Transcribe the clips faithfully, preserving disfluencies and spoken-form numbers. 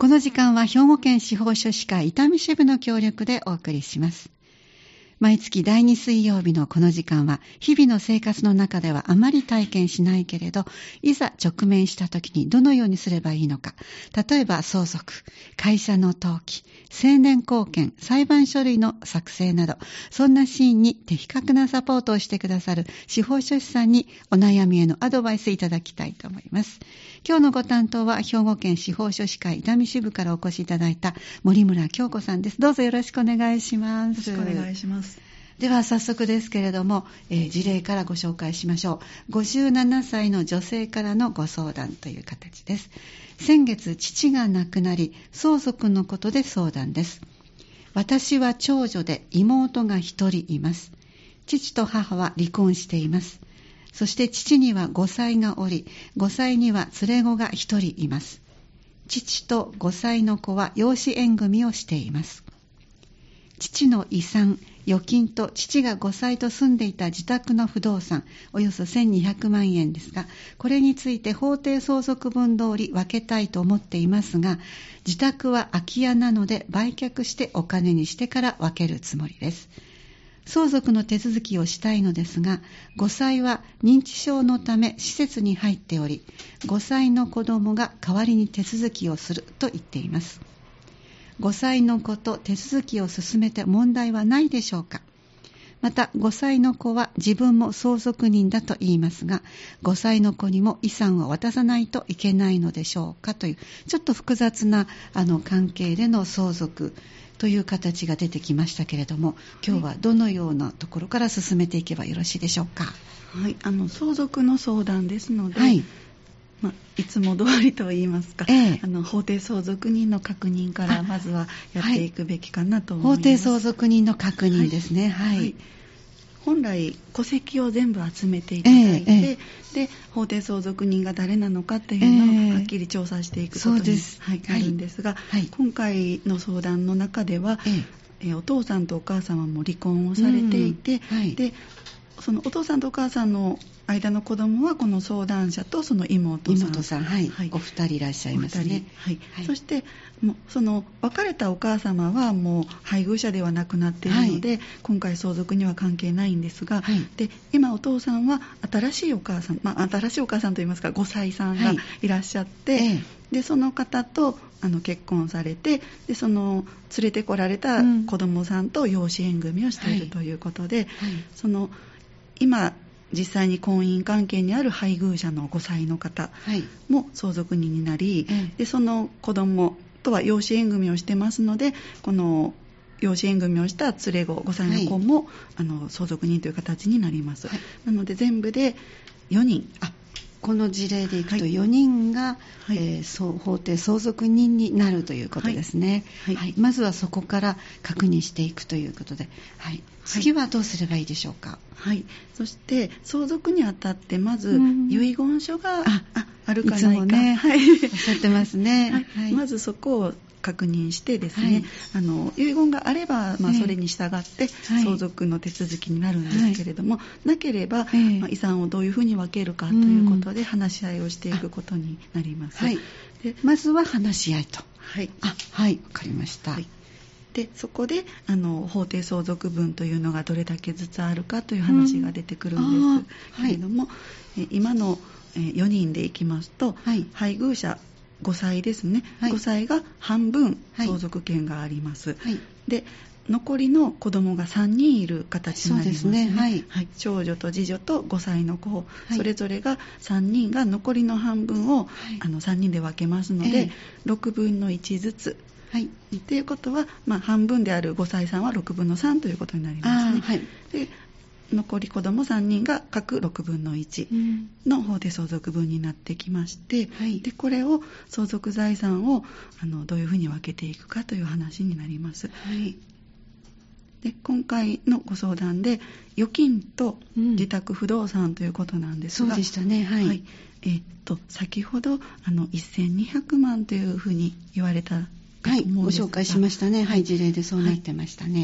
この時間は兵庫県司法書士会伊丹支部の協力でお送りします。毎月だいに水曜日のこの時間は、日々の生活の中ではあまり体験しないけれど、いざ直面した時にどのようにすればいいのか、例えば相続、会社の登記、成年後見、裁判書類の作成など、そんなシーンに的確なサポートをしてくださる司法書士さんにお悩みへのアドバイスいただきたいと思います。今日のご担当は兵庫県司法書士会伊丹支部からお越しいただいた森村京子さんです。どうぞよろしくお願いします。 よろしくお願いします。 では早速ですけれども、えー、事例からご紹介しましょう。ごじゅうななさいの女性からのご相談という形です。先月父が亡くなり、相続のことで相談です。私は長女で妹が一人います。父と母は離婚しています。そして父にはごさいがおり、ごさいには連れ子が一人います。父とごさいの子は養子縁組をしています。父の遺産、預金と父がごさいと住んでいた自宅の不動産、およそせんにひゃくまんえんですが、これについて法定相続分通り分けたいと思っていますが、自宅は空き家なので売却してお金にしてから分けるつもりです。相続の手続きをしたいのですが、ごさいは認知症のため施設に入っており、ごさいの子供が代わりに手続きをすると言っています。ごさいの子と手続きを進めて問題はないでしょうか。またごさいの子は自分も相続人だと言いますが、ごさいの子にも遺産を渡さないといけないのでしょうかという、ちょっと複雑なあの関係での相続という形が出てきましたけれども、今日はどのようなところから進めていけばよろしいでしょうか。 はい、あの相続の相談ですので、 はいまあ、いつも通りといいますか、 ええ、 あの法定相続人の確認からまずはやっていくべきかなと思います。 法定相続人の確認ですね。はい、はい、 本来戸籍を全部集めていただいて、ええ、で法定相続人が誰なのかっていうのをはっきり調査していくことに、えはい、なるんですが、はい、今回の相談の中では、ええ、お父さんとお母様も離婚をされていて、うん、はい、でそのお父さんとお母さんの間の子供はこの相談者とその妹さん、 妹さん、はい、はい、お二人いらっしゃいますね。 はいはい、そしてもうその別れたお母様はもう配偶者ではなくなっているので、はい、今回相続には関係ないんですが、はい、で今お父さんは新しいお母さん、まあ、新しいお母さんといいますかごさいさんがいらっしゃって、はい、でその方とあの結婚されて、でその連れてこられた子供さんと養子縁組をしているということで、はいはい、その今実際に婚姻関係にある配偶者のごさいの方も相続人になり、はい、でその子供とは養子縁組をしてますので、この養子縁組をした連れ子ごさいの子も、はい、あの相続人という形になります。はい、なので全部でよにん、 あこの事例でいくとよにんが、はい、えー、そう法定相続人になるということですね。はいはいはい、まずはそこから確認していくということで、はい、次はどうすればいいでしょうか。 はい、そして相続にあたってまず遺言書が あ, あ, あるかないか、いつもね、はい、おっしゃってますね。 はいはい、まずそこを確認してですね、はい、あの遺言があれば、まあ、それに従って相続の手続きになるんですけれども、はい、なければ、はい、まあ、遺産をどういうふうに分けるかということで話し合いをしていくことになります。 はい、でまずは話し合いと。 はい、 あ、はい、わかりました。はい、 でそこであの法定相続分というのがどれだけずつあるかという話が出てくるんですけれども、うん、はい、今のよにんでいきますと、はい、配偶者ごさいですね、はい、ごさいが半分相続権があります。はい、で残りの子供がさんにんいる形になりますね。そうですね、はいはい、長女と次女とごさいの子、はい、それぞれがさんにんが残りの半分を、はい、あのさんにんで分けますので、えー、ろくぶんのいちずつ、はい、ということは、まあ、半分であるごさいさんはろくぶんのさんということになりますね。はい、で残り子供さんにんが各ろくぶんのいちの法定相続分になってきまして、うん、でこれを相続財産をあのどういうふうに分けていくかという話になります。はい、で今回のご相談で預金と自宅不動産ということなんですが、 うん、そうでしたね。はい、はい、 えー、っと先ほどあのせんにひゃくまんというふうに言われた、 はい、ご紹介しましたね。はい、事例でそうなってましたね。 はい、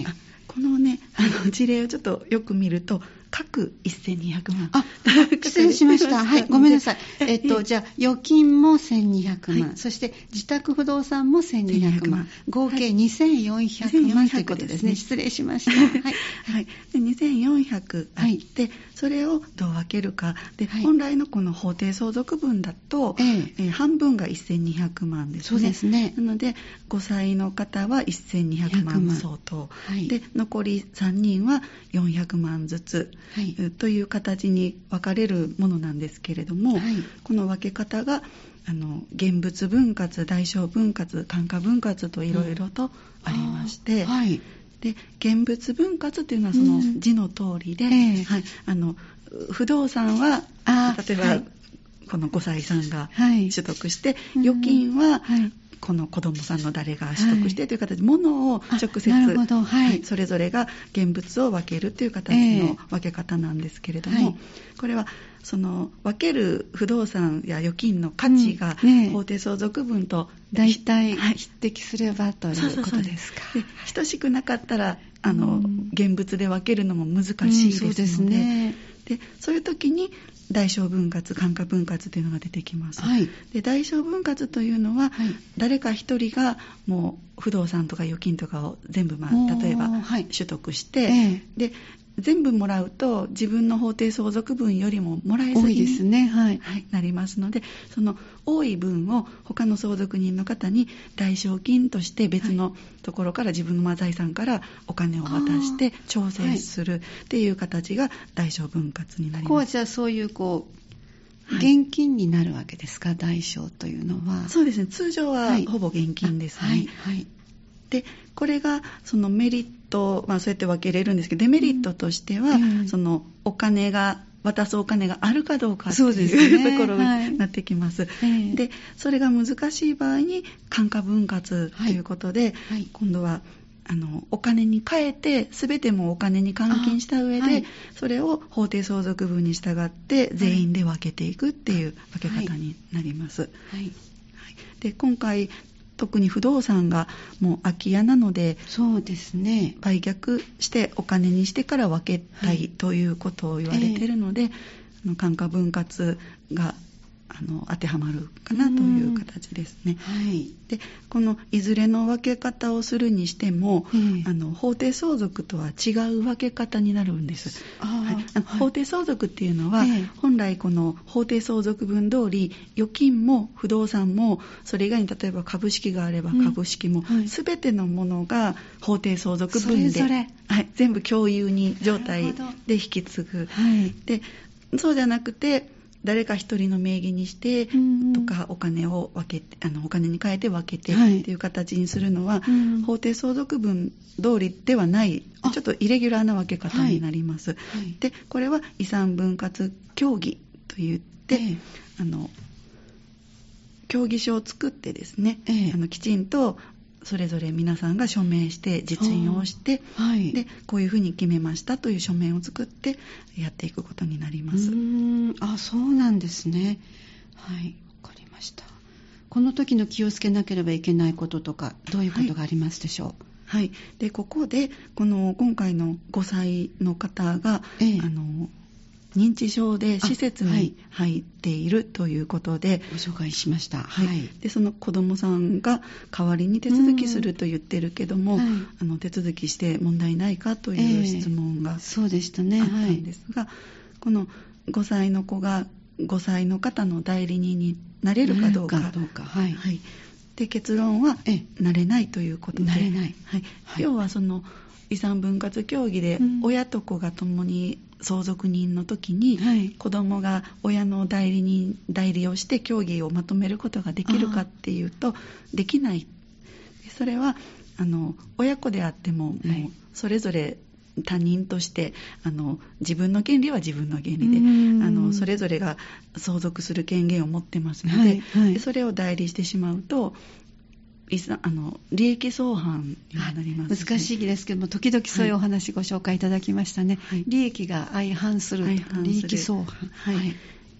このね、あの事例をちょっとよく見ると、各せんにひゃくまん。 あ、失礼しました。はい、ごめんなさい。えっと、じゃあ、預金もせんにひゃくまん、はい、そして自宅不動産もせんにひゃくまん、合計にせんよんひゃくまんということですね。失礼しました。はい。 はい、でにせんよんひゃくあって、はい、それをどう分けるか。で、はい、本来のこの法定相続分だと、えーえー、半分がせんにひゃくまんですね。 そうですね。 なので、ごさいの方はせんにひゃくまん相当。はい、で、残りさんにんはよんひゃくまんずつ。はい、という形に分かれるものなんですけれども、はい、この分け方があの現物分割、代償分割、単価分割といろいろとありまして、うんはい、で現物分割というのはその字の通りで、うんえーはい、あの不動産は例えば、はい、このごさいさんが取得して、はい、預金は、はいこの子供さんの誰が取得してという形で、はい、物を直接、はいはい、それぞれが現物を分けるという形の分け方なんですけれども、えーはい、これはその分ける不動産や預金の価値が法定相続分と大体匹敵すればということですか。 で等しくなかったらあの、うん、現物で分けるのも難しいですので、うん、そうですね。でそういう時に代償分割、単価分割というのが出てきます、はい、で代償分割というのは、はい、誰か一人がもう不動産とか預金とかを全部、まあ、例えば、はい、取得して、ええ、で全部もらうと自分の法定相続分よりももらいすぎに、ねはいはい、なりますので、その多い分を他の相続人の方に代償金として別のところから自分の財産からお金を渡して調整するっていう形が代償分割になります。 ここはじゃあそういうこう現金になるわけですか、代償というのは。 そうですね、通常はほぼ現金ですね。はいはいはい、でこれがそのメリット、まあ、そうやって分けれるんですけど、デメリットとしては、うん、そのお金が渡すお金があるかどうかという、ね、ところになってきます、はい、でそれが難しい場合に単価分割ということで、はいはい、今度はあのお金に変えて全てもお金に換金した上で、はい、それを法定相続分に従って全員で分けていくっていう分け方になります、はいはい、で今回特に不動産がもう空き家なので、 そうですね、 売却してお金にしてから分けたいということを言われているので、はいえー、単価分割があの当てはまるかなという形ですね、はい、でこのいずれの分け方をするにしても、えー、あの法定相続とは違う分け方になるんです。あ、はい、あの法定相続っていうのは、えー、本来この法定相続分通り預金も不動産もそれ以外に例えば株式があれば株式も、うんはい、全てのものが法定相続分でそれぞれ、はい、全部共有に状態で引き継ぐ、はい、でそうじゃなくて誰か一人の名義にしてとかお金を分けてあのお金に変えて分けてっていう形にするのは、はい、法定相続分通りではないちょっとイレギュラーな分け方になります、はいはい、でこれは遺産分割協議といって、えー、あの協議書を作ってですね、えー、あのきちんとそれぞれ皆さんが署名して実印をして、はい、でこういうふうに決めましたという書面を作ってやっていくことになります。 うーん、あ、そうなんですね。はい、わかりました。この時の気をつけなければいけないこととかどういうことがありますでしょう。 はい、はい、でここでこの今回のごさいの方が、ええ、あの認知症で施設に入っているということで、はい、 ご紹介しました、 はいはい、でその子どもさんが代わりに手続きすると言ってるけども、はい、あの手続きして問題ないかという質問があったんですが、えーねはい、このごさいの子がごさいの方の代理人になれるかどうか、どうかはいはい、で結論はなれないということで、なれない、はいはい、要はその遺産分割協議で親と子が共に相続人の時に、はい、子供が親の代理人代理をして協議をまとめることができるかっていうとできない。それはあの親子であっても、はい、もうそれぞれ他人としてあの自分の権利は自分の権利であのそれぞれが相続する権限を持ってますので、はいはい、でそれを代理してしまうとあの利益相反になります、ね、 難しいですけども時々そういうお話ご紹介いただきましたね、はい、利益が相反する、相反する利益相反、はいはい、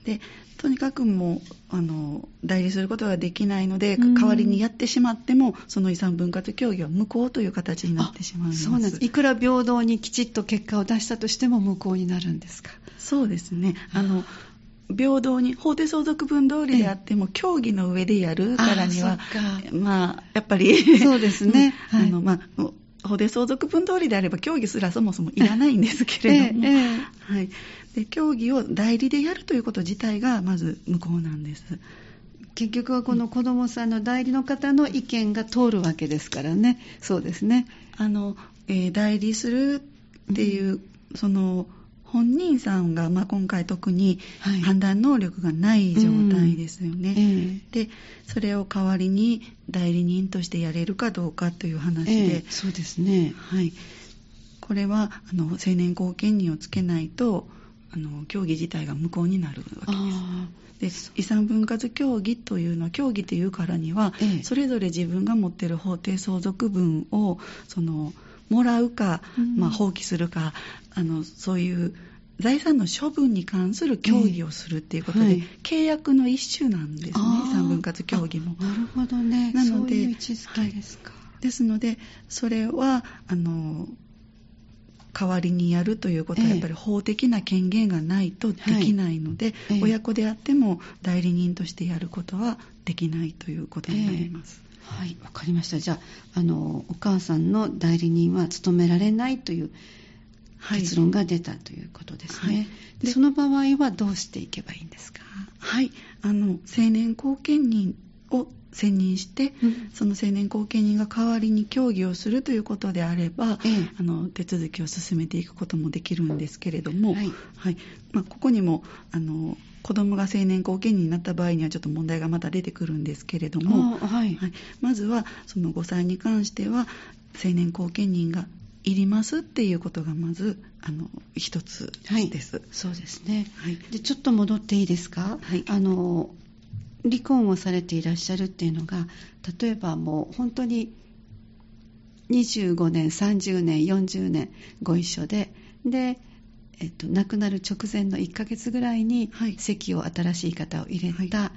でとにかくもうあの代理することができないので、代わりにやってしまってもその遺産分割協議は無効という形になってしまいます。 そうなんです。いくら平等にきちっと結果を出したとしても無効になるんですか？ そうですね。あの平等に法定相続分通りであっても協議の上でやるからには、まあやっぱりそうですね、 はい、あのまあ法定相続分通りであれば協議すらそもそもいらないんですけれども、ええええ、はい、で協議を代理でやるということ自体がまず無効なんです。 結局はこの子どもさんの代理の方の意見が通るわけですからね。そうですね。 あの、えー、代理するっていう、うん、その本人さんが、まあ、今回特に判断能力がない状態ですよね、はい、うん、でそれを代わりに代理人としてやれるかどうかという話で、えー、 そうですね、 はい、これはあの成年後見人をつけないとあの協議自体が無効になるわけです。で遺産分割協議というのは協議というからには、ええ、それぞれ自分が持っている法定相続分をそのもらうか、まあ、放棄するか、あのそういう財産の処分に関する協議をするっていうことで、ええはい、契約の一種なんですね、遺産分割協議も。 なるほどね。 なので、 そういう位置づけですか。 はい、ですのでそれはあの代わりにやるということはやっぱり法的な権限がないとできないので、ええ、親子であっても代理人としてやることはできないということになります。 ええ、はい、わかりました。じゃあ、あのお母さんの代理人は務められないという結論が出たということですね、はい、でその場合はどうしていけばいいんですか？ はい、あの成年後見人を選任して、うん、その成年後見人が代わりに協議をするということであれば、ええ、あの手続きを進めていくこともできるんですけれども、はいはい、まあ、ここにもあの子どもが成年後見人になった場合にはちょっと問題がまた出てくるんですけれども、はいはい、まずはそのごさいに関しては成年後見人がいりますっていうことがまずあの一つです、 はい、そうですね、はい、でちょっと戻っていいですか？はい、あの離婚をされていらっしゃるっていうのが例えばもう本当ににじゅうごねんさんじゅうねんよんじゅうねんご一緒でで、えっと、亡くなる直前のいっかげつぐらいに籍を新しい方を入れた、はい、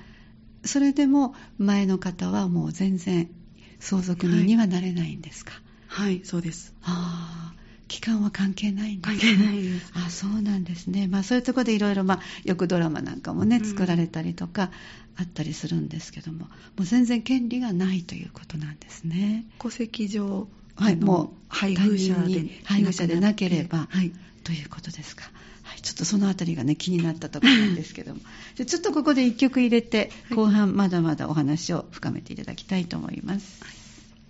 それでも前の方はもう全然相続人にはなれないんですか？ はい、はい、そうです。 ああ、期間は関係ないんですか？ 関係ないです。 あ、そうなんですね。まあそういうところでいろいろ、まあよくドラマなんかもね、うん、作られたりとかあったりするんですけども、もう全然権利がないということなんですね。 戸籍上、 はい、もう配偶者で配偶者でなければ、はい、ということですか。はい、ちょっとそのあたりがね気になったところなんですけども、じゃちょっとここで一曲入れて、後半まだまだお話を深めていただきたいと思います。はい、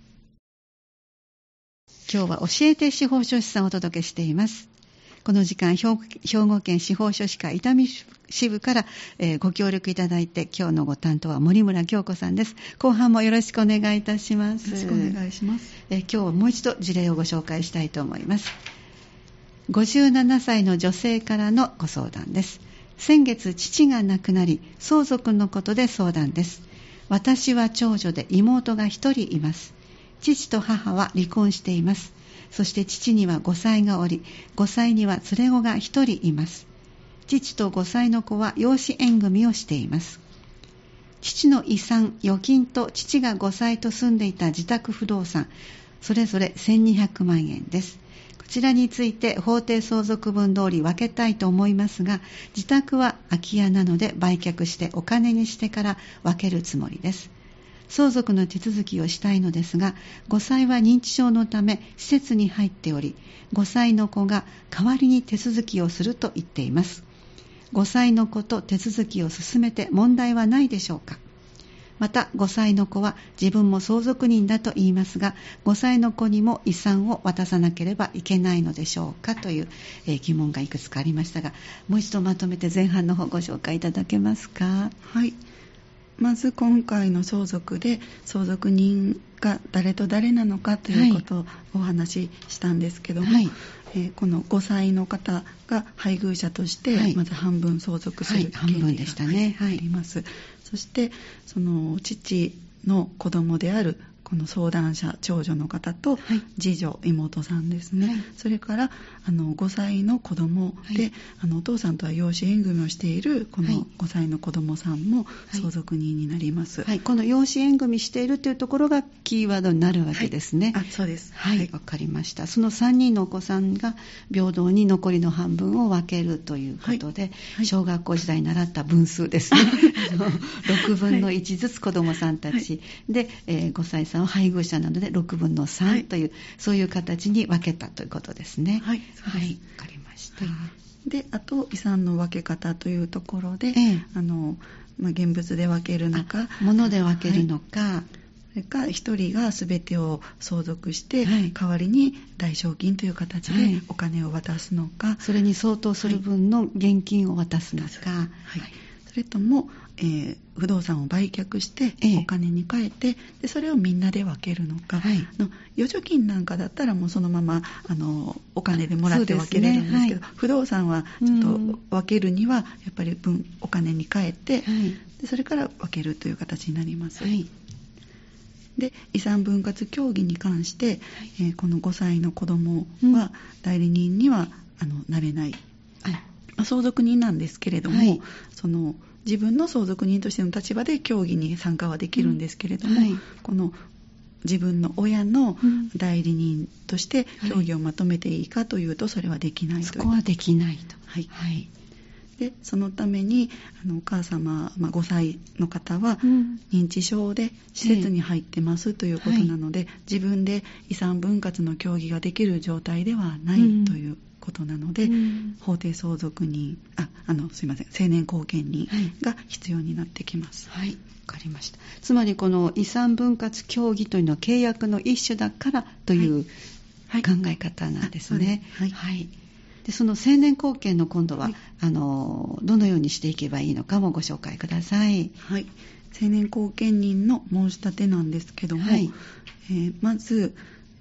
今日は教えて司法書士さんをお届けしています。この時間、兵庫県司法書士課伊丹支部から、えー、ご協力いただいて、今日のご担当は森村京子さんです。後半もよろしくお願いいたします。 よろしくお願いします。 えー、今日はもう一度事例をご紹介したいと思います。ごじゅうななさいの女性からのご相談です。先月父が亡くなり、相続のことで相談です。私は長女で妹が一人います。父と母は離婚しています。そして父にはごさいがおり、ごさいには連れ子が一人います。父とごさいの子は養子縁組をしています。父の遺産、預金と父がごさいと住んでいた自宅不動産、それぞれせんにひゃくまんえんです。こちらについて法定相続分通り分けたいと思いますが、自宅は空き家なので売却してお金にしてから分けるつもりです。相続の手続きをしたいのですが、ごさいは認知症のため施設に入っており、ごさいの子が代わりに手続きをすると言っています。ごさいの子と手続きを進めて問題はないでしょうか？またごさいの子は自分も相続人だと言いますが、ごさいの子にも遺産を渡さなければいけないのでしょうかという、えー、疑問がいくつかありましたが、もう一度まとめて前半の方ご紹介いただけますか？ はい、まず今回の相続で相続人が誰と誰なのかということをお話ししたんですけども、はい、えー、このごさいの方が配偶者としてまず半分相続する権利があります。そしてその父の子供であるこの相談者長女の方と、はい、次女妹さんですね、はい、それからあのごさいの子供で、はい、あのお父さんとは養子縁組をしているこのごさいの子供さんも相続人になります、 はいはい、この養子縁組しているというところがキーワードになるわけですね。 はい、あ、そうです。 はい、わ、はい、かりました。そのさんにんのお子さんが平等に残りの半分を分けるということで、はいはい、小学校時代に習った分数ですねろくぶんのいちずつ子供さんたち、はい、で、えー、ごさいさんは配偶者なのでろくぶんのさんという、はい、そういう形に分けたということですね。 はい、そうです。 はい、わかりました。はい、 で、あと遺産の分け方というところで、ええ、あのまあ、現物で分けるのか物で分けるのか、はい、 それか一人が全てを相続して、はい、代わりに代償金という形でお金を渡すのか、はい、 それに相当する分の現金を渡すのか、はいはい、それとも、えー、不動産を売却してお金に換えて、ええ、でそれをみんなで分けるのか、はい、の預貯金なんかだったらもうそのままあのお金でもらって分けれるんですけど、ね、はい、不動産はちょっと分けるにはやっぱり分お金に換えて、はい、でそれから分けるという形になります、はい。で遺産分割協議に関して、はい、えー、このごさいの子供は代理人には、うん、あのなれない、はい、まあ、相続人なんですけれども、はい、その自分の相続人としての立場で協議に参加はできるんですけれども、うん、はい、この自分の親の代理人として協議をまとめていいかというと、それはできないという、 そこはできないと、 はい、はい。でそのためにあのお母様、まあ、ごさいの方は認知症で施設に入ってますということなので、ええ、はい、自分で遺産分割の協議ができる状態ではない、うん、ということなので、うん、法定相続人、あ、あのすいません、成年後見人が必要になってきます。 はい、わかりました。つまりこの遺産分割協議というのは契約の一種だからという、はい、考え方なんですね。 はい、 はい。でその成年後見の今度は、はい、あのどのようにしていけばいいのかもご紹介ください。 はい、成年後見人の申し立てなんですけども、はい、えー、まず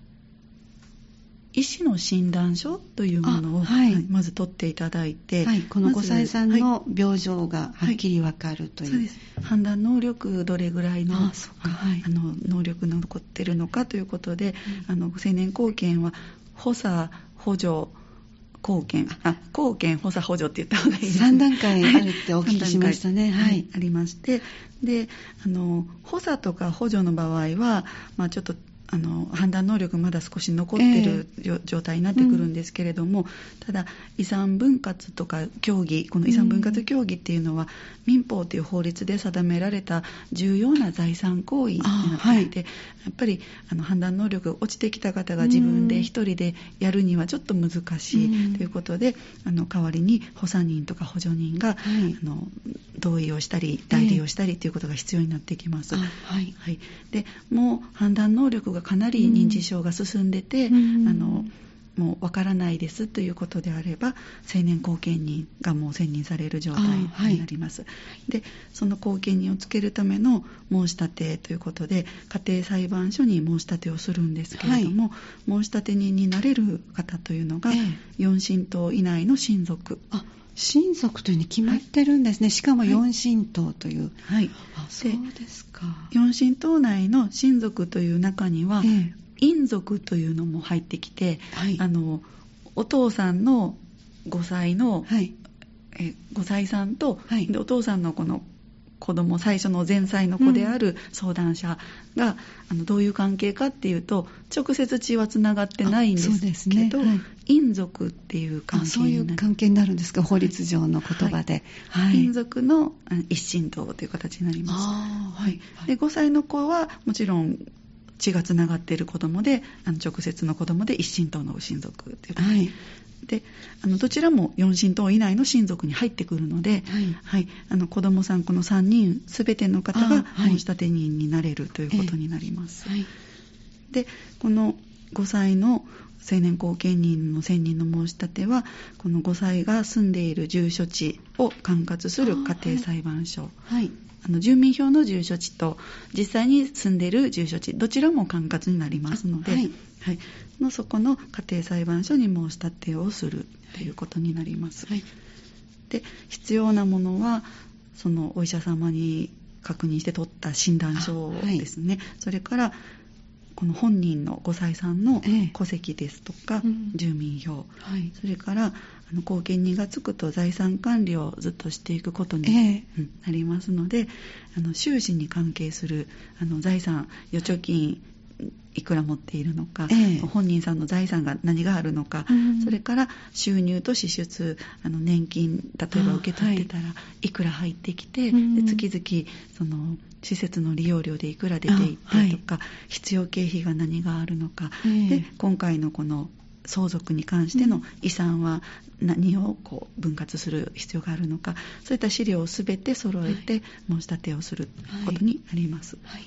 医師の診断書というものを、はいはい、まず取っていただいて、 はい、このごさいさんの病状がはっきり分かるという、 はいはい、そうです。判断能力どれぐらいの、あ、そうか、はい、あの能力が残っているのかということで、うん、あの成年後見は補佐補助後見、あ、後見補佐補助って言った方がいいですね。 さんだんかいあるってお聞きしましたね。はい、はい、 ありまして、で、あの補佐とか補助の場合は、まあ、ちょっとあの判断能力まだ少し残っている、えー、状態になってくるんですけれども、うん、ただ遺産分割とか協議、この遺産分割協議っていうのは、うん、民法という法律で定められた重要な財産行為になっていて、はい、やっぱりあの判断能力が落ちてきた方が自分で一人でやるにはちょっと難しいということで、うん、あの代わりに補佐人とか補助人が、はい、あの同意をしたり代理をしたりということが必要になってきます。 はいはい、でもう判断能力がかなり認知症が進んでて、うん、あのもうわからないですということであれば成年後見人がもう選任される状態になります、はい、でその後見人をつけるための申し立てということで家庭裁判所に申し立てをするんですけれども、はい、申し立て人になれる方というのが、ええ、よん親等以内の親族、 あ、親族というに決まってるんですね、はい、しかもよん親等という、 はい、 あ、そうですか。 よん親等内の親族という中には、ええ、姻族というのも入ってきて、はい、あのお父さんのごさいの、はい、えごさいさんと、はい、でお父さんのこの子供、最初の前妻の子である相談者が、うん、あのどういう関係かっていうと直接血はつながってないんですけど、そうですね、はい、姻族っていう関係になる。 そういう関係になるんですか、法律上の言葉で、 はいはい、姻族の一親等という形になります。あ、はいはい、でごさいの子はもちろん血がつながっている子供で、あの直接の子供で一親等の親族ということで、はい、であのどちらもよん親等以内の親族に入ってくるので、はいはい、あの子供さんこのさんにんすべての方が申し立て人になれるということになります、はい、でこのごさいの成年後見人の選任の申し立てはこのごさいが住んでいる住所地を管轄する家庭裁判所、はいはい、あの住民票の住所地と実際に住んでいる住所地どちらも管轄になりますので、はいはい、のそこの家庭裁判所に申し立てをするということになります、はい、で必要なものはそのお医者様に確認して取った診断書ですね、はい、それからこの本人のご妻さんの戸籍ですとか、 ええ、うん、 住民票、 はい、 それからあの後見人がつくと財産管理をずっとしていくことに、 ええ、 なりますので、あの収支に関係するあの財産、預貯金いくら持っているのか、ええ、本人さんの財産が何があるのか、うん、それから収入と支出、あの年金例えば受け取ってたらいくら入ってきて、はい、で月々その施設の利用料でいくら出ていってとか、はい、必要経費が何があるのか、ええ、で今回のこの相続に関しての遺産は何をこう分割する必要があるのか、そういった資料をすべて揃えて申し立てをすることになります、はいはい、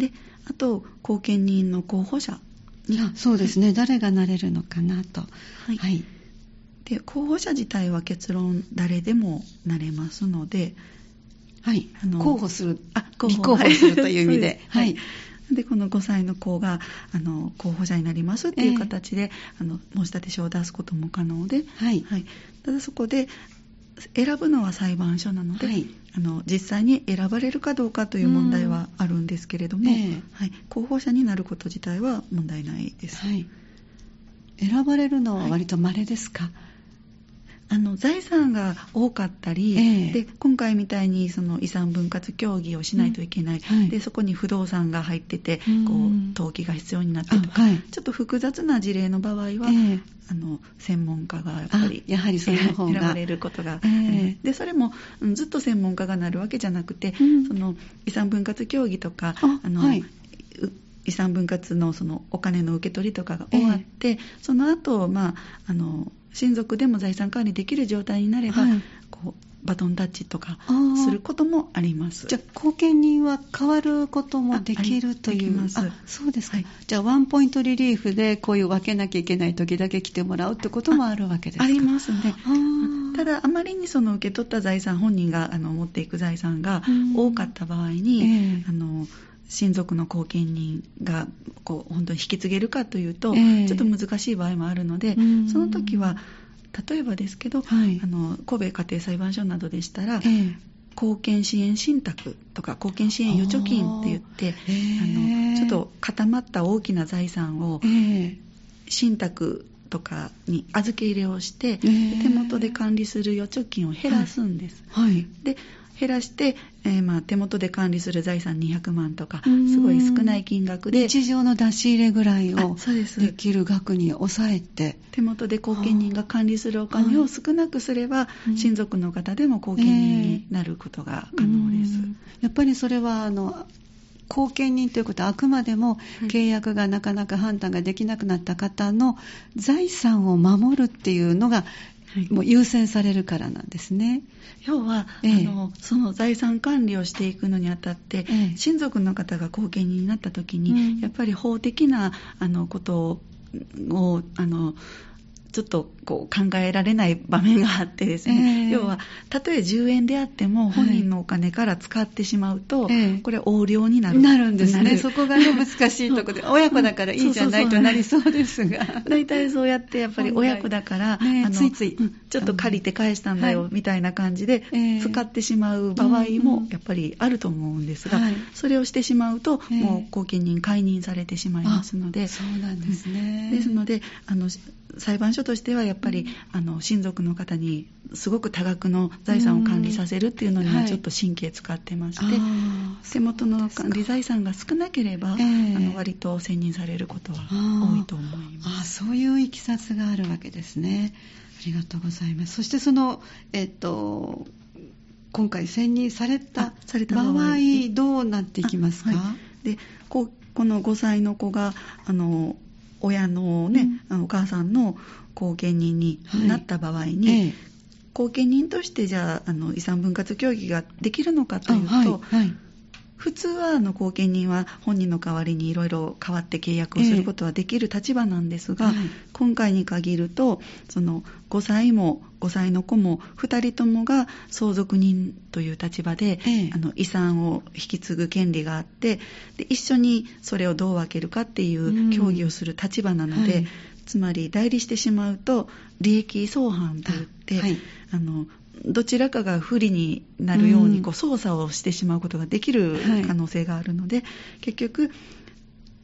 であと後見人の候補者に、 あ、そうですね、はい、誰がなれるのかなと、 はいはい、で候補者自体は結論誰でもなれますので、 はい、あの候補する、 あ候補立候補するという意味で、 はい、でこのごさいの子があの候補者になりますっていう形で、えー、あの申し立て書を出すことも可能で、はいはい、ただそこで選ぶのは裁判所なので、はい、あの実際に選ばれるかどうかという問題はあるんですけれども、えーはい、候補者になること自体は問題ないです、 はい、選ばれるのは割と稀ですか？はい、 あの財産が多かったり、えー、で今回みたいにその遺産分割協議をしないといけない、うんはい、でそこに不動産が入っててこう登記が必要になってとか、はい、ちょっと複雑な事例の場合は、えー、あの専門家がやっぱりやはりその方が選ばれることが、えー、でそれも、うん、ずっと専門家がなるわけじゃなくて、うん、その遺産分割協議とかああの、はい、遺産分割 の, そのお金の受け取りとかが終わって、えー、その後、まああの親族でも財産管理できる状態になれば、はい、こうバトンタッチとかすることもあります。 じゃあ後見人は変わることもできるという。 あ、あそうですか、 はい、 じゃあワンポイントリリーフでこういう分けなきゃいけない時だけ来てもらうってこともあるわけですか？ あ, ありますね。ただあまりにその受け取った財産、本人があの持っていく財産が多かった場合に、えー、あの親族の後見人がこう本当に引き継げるかというと、えー、ちょっと難しい場合もあるので、その時は例えばですけど、はい、あの神戸家庭裁判所などでしたら、えー、後見支援信託とか後見支援預貯金って言って、えー、あのちょっと固まった大きな財産を、えー、信託とかに預け入れをして、えー、手元で管理する預貯金を減らすんです、はいはい、で減らして、えーまあ、手元で管理する財産にひゃくまんとかすごい少ない金額で日常の出し入れぐらいをできる額に抑えて手元で後見人が管理するお金を少なくすれば親族の方でも後見人になることが可能です、えー、 やっぱりそれはあの後見人ということはあくまでも契約がなかなか判断ができなくなった方の財産を守るっていうのがもう優先されるからなんですね。 要は、ええ、あのその財産管理をしていくのにあたって、ええ、親族の方が後見人になった時に、うん、やっぱり法的なあのことをあのちょっとこう考えられない場面があってですね、えー、要はたとえじゅうえんであっても本人のお金から使ってしまうと、はい、これ横領になるなるんですね。そこが、ね、難しいところで親子だからいいじゃないとなりそうですが大体そうやってやっぱり親子だから、ね、あのついつい、うん、ちょっと借りて返したんだよ、はい、みたいな感じで使ってしまう場合もやっぱりあると思うんですが、うんうん、それをしてしまうと、えー、もう後見人解任されてしまいますので、 そうなんですね。 ですのであの裁判所としてはやっぱり、うん、あの親族の方にすごく多額の財産を管理させるっていうのにはちょっと神経使ってまして、はい、手元の管理財産が少なければ、えー、あの割と選任されることは多いと思います。 ああ、そういういきさつがあるわけですね。ありがとうございます。そしてその、えっと、今回選任された場合どうなっていきますか？ はい、で こ, このごさいの子があの親のね、うん、あのお母さんの後見人になった場合に、はい、ええ、後見人としてじゃあ、あの遺産分割協議ができるのかというと、はいはい、普通はあの後見人は本人の代わりにいろいろ代わって契約をすることはできる立場なんですが、ええ、はい、今回に限るとそのごさいもごさいの子もふたりともが相続人という立場で、ええ、あの遺産を引き継ぐ権利があって、で一緒にそれをどう分けるかっていう協議をする立場なので、うん、はい、つまり代理してしまうと利益相反といって、あ、はい、あのどちらかが不利になるようにこう操作をしてしまうことができる可能性があるので、うん、はい、結局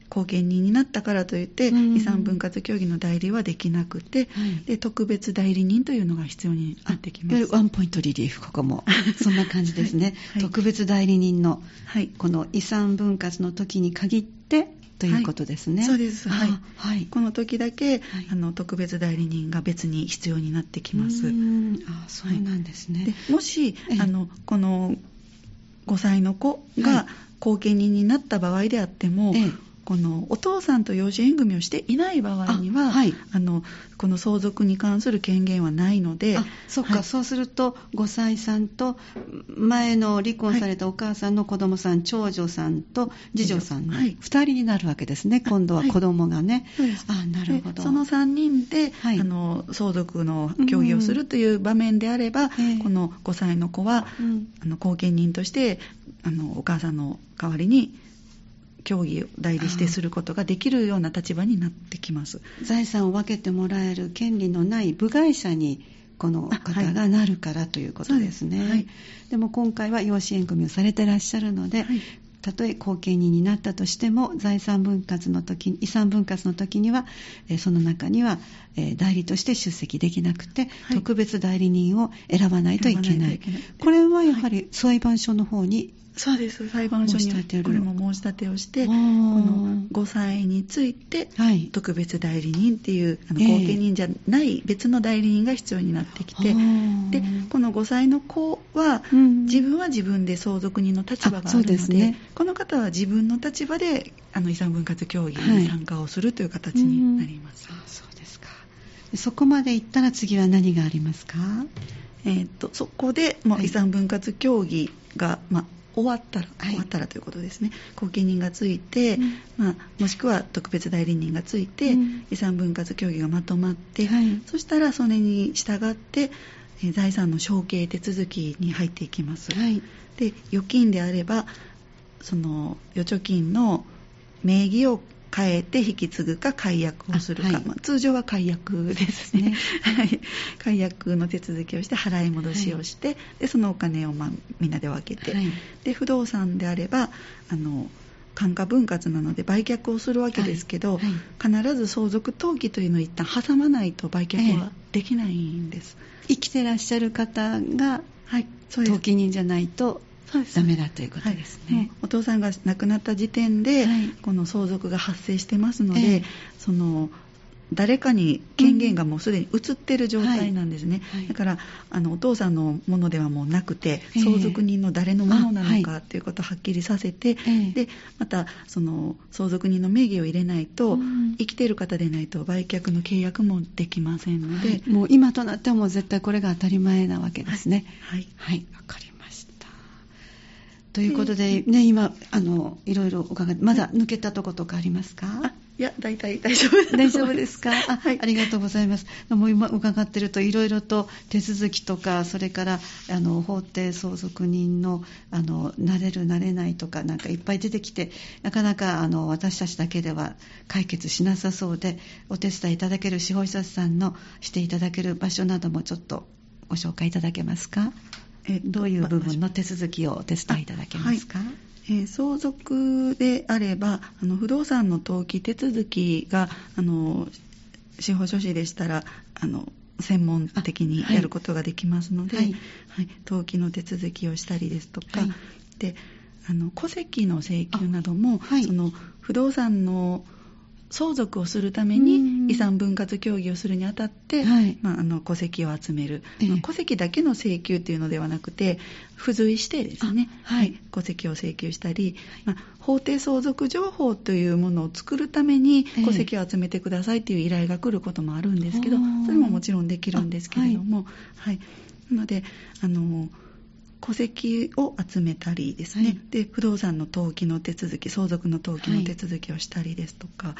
後見人になったからといって、うん、遺産分割協議の代理はできなくて、はい、で特別代理人というのが必要になってきます。 ワンポイントリリーフ、ここもそんな感じですね、はいはい、特別代理人の、はい、この遺産分割の時に限ってということですね。 はい、そうです、はいはい、この時だけ、はい、あの特別代理人が別に必要になってきます。 うーん、あ、そうなんですね。 はい、でもしあのこのごさいの子が後見人になった場合であっても、ええ、このお父さんと養子縁組をしていない場合には、あ、はい、あのこの相続に関する権限はないので、 あ、そっか、はい、そうするとごさいさんと前の離婚されたお母さんの子供さん、はい、長女さんと次女さんのふたりになるわけですね、はい、今度は子供がね、はい、あ、なるほど。 そのさんにんで、はい、あの相続の協議をするという場面であれば、うん、このごさいの子は、うん、あの後見人としてあのお母さんの代わりに協議を代理してすることができるような立場になってきます。 財産を分けてもらえる権利のない部外者にこの方がなるからということですね。はい、でも今回は養子縁組をされてらっしゃるので、はい、たとえ後見人になったとしても財産分割の時、遺産分割の時には、えー、その中には、えー、代理として出席できなくて、はい、特別代理人を選ばないといけない。これはやはり裁判所の方に、 そうです。裁判所にこれも申し立てをして、このごさいについて特別代理人っていう、あの後見人じゃない別の代理人が必要になってきて、えー、でこのごさいの子は、うん、自分は自分で相続人の立場があるの で, で、ね、この方は自分の立場であの遺産分割協議に参加をするという形になります。 はい、あ、そうですか。そこまでいったら次は何がありますか？ えー、とそこで、まあ、遺産分割協議が、まあ終わったら、はい、終わったらということですね。後見人がついて、うんまあ、もしくは特別代理人がついて、うん、遺産分割協議がまとまって、はい、そしたらそれに従ってえ財産の承継手続きに入っていきます。はい、で預金であればその預貯金の名義を変えて引き継ぐか解約をするか、はい、まあ、通常は解約ですね。解約の手続きをして払い戻しをして、はい、でそのお金を、まあ、みんなで分けて、はい、で不動産であればあの間家分割なので売却をするわけですけど、はいはい、必ず相続登記というのを一旦挟まないと売却はできないんです。 ええ、生きてらっしゃる方が、はい、登記人じゃないとダメだということですね。はい、 お父さんが亡くなった時点で、はい、この相続が発生してますので、ええ、その誰かに権限がもうすでに移っている状態なんですね。うんはい、だからあのお父さんのものではもうなくて、え、相続人の誰のものなのかということをはっきりさせて、はい、でまたその相続人の名義を入れないと、うん、生きている方でないと売却の契約もできませんので、はい、 もう今となってはもう絶対これが当たり前なわけですね。はい、はい、わかりました。ということで、ね、今あのいろいろ伺って、まだ抜けたところとかありますか？ あ、いや、大体大丈夫大丈夫ですか？あ、はい、ありがとうございます。もう今伺ってるといろいろと手続きとか、それからあの法定相続人のあのなれるなれないとかなんかいっぱい出てきて、なかなかあの私たちだけでは解決しなさそうで、お手伝いいただける司法書士さんのしていただける場所などもちょっとご紹介いただけますか？えどういう部分の手続きをお手伝いいただけますか？ えー、相続であればあの不動産の登記手続きがあの司法書士でしたらあの専門的にやることができますので、はいはい、登記の手続きをしたりですとか、はい、であの戸籍の請求なども、はい、その不動産の相続をするために遺産分割協議をするにあたって、はいまあ、あの戸籍を集める、ええまあ、戸籍だけの請求というのではなくて付随してですね、はい、戸籍を請求したり、まあ、法定相続情報というものを作るために戸籍を集めてくださいという依頼が来ることもあるんですけど、ええ、それももちろんできるんですけれども、はいはい、なのであの戸籍を集めたりですね、はい、で不動産の登記の手続き、相続の登記の手続きをしたりですとか、はい、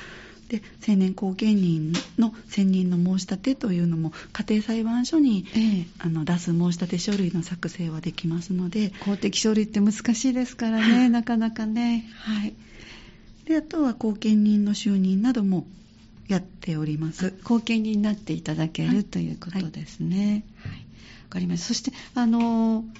で成年後見人の選任の申し立てというのも家庭裁判所に、えー、あの出す申し立て書類の作成はできますので、 公的書類って難しいですからねなかなかね、はい、 であとは後見人の就任などもやっております。 後見人になっていただける、はい、ということですね。はい、わかりました。そしてあの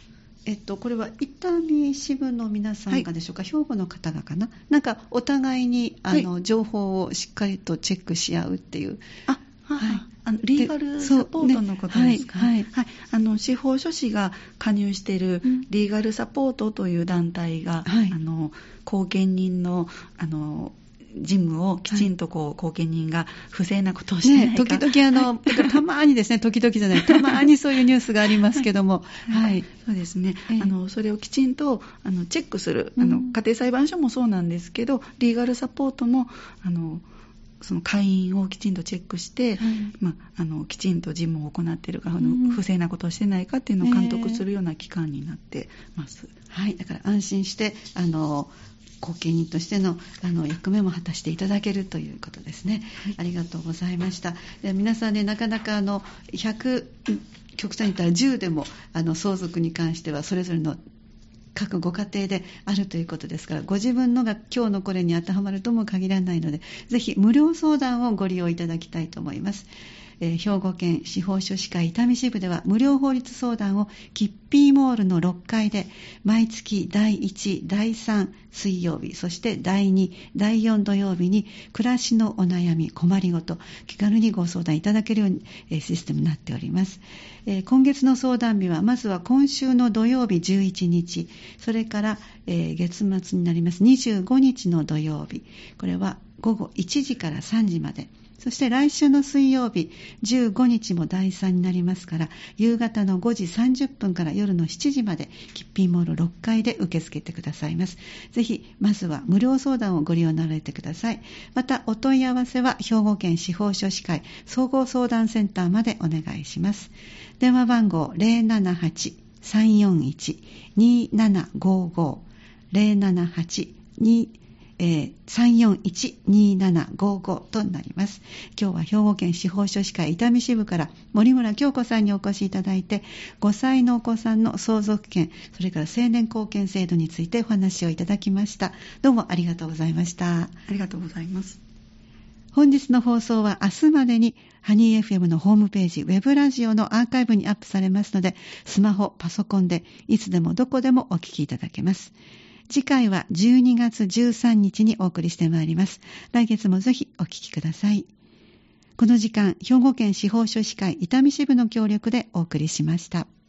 えっと、これは伊丹支部の皆さんがでしょうか、はい、兵庫の方がかな、なんかお互いにあの、はい、情報をしっかりとチェックし合うっていう。 あ、はい、あのリーガルサポートのことですかね。はいはいはい、あの司法書士が加入しているリーガルサポートという団体が、はい、あの後見人のあの事務をきちんとこう、はい、後見人が不正なことをしてないか、 ね、時々あの、はい、たまにですね、時々じゃない、たまにそういうニュースがありますけども、 はい、はい、そうですね、えー、あのそれをきちんとあのチェックする、あの家庭裁判所もそうなんですけど、リーガルサポートもあのその会員をきちんとチェックして、はい、まあ、あのきちんと事務を行っているか、うん、不正なことをしてないかっていうのを監督するような機関になってます。 えー、はい、だから安心してあの後見人として の, あの役目も果たしていただけるということですね。はい、ありがとうございました。皆さんね、なかなかあのひゃく、極端に言ったらじゅうでもあの相続に関してはそれぞれの各ご家庭であるということですから、ご自分のが今日のこれに当てはまるとも限らないので、ぜひ無料相談をご利用いただきたいと思います。えー、兵庫県司法書士会伊丹支部では無料法律相談をキッピーモールのろっかいで毎月だいいち、だいさん水曜日、そしてだいに、だいよん土曜日に暮らしのお悩み、困りごと気軽にご相談いただけるように、えー、システムになっております。えー、今月の相談日はまずは今週の土曜日じゅういちにち、それから、えー、月末になりますにじゅうごにちの土曜日、これはごごいちじからさんじまで、そして来週の水曜日じゅうごにちもだいさんになりますから、夕方のごじさんじゅっぷんから夜のしちじまでキッピーモールろっかいで受け付けてくださいます。ぜひまずは無料相談をご利用になられてください。またお問い合わせは兵庫県司法書士会総合相談センターまでお願いします。電話番号 ゼロななはち さんよんいち にーななごーごー ゼロななはち にさんよんいち にーななごーごーとなります。今日は兵庫県司法書士会伊丹支部から森村京子さんにお越しいただいて、ごさいのお子さんの相続権、それから成年後見制度についてお話をいただきました。どうもありがとうございました。 ありがとうございます。 本日の放送は明日までにハニー エフエム のホームページ、ウェブラジオのアーカイブにアップされますので、スマホ、パソコンでいつでもどこでもお聞きいただけます。次回はじゅうにがつじゅうさんにちにお送りしてまいります。来月もぜひお聞きください。この時間、兵庫県司法書士会伊丹支部の協力でお送りしました。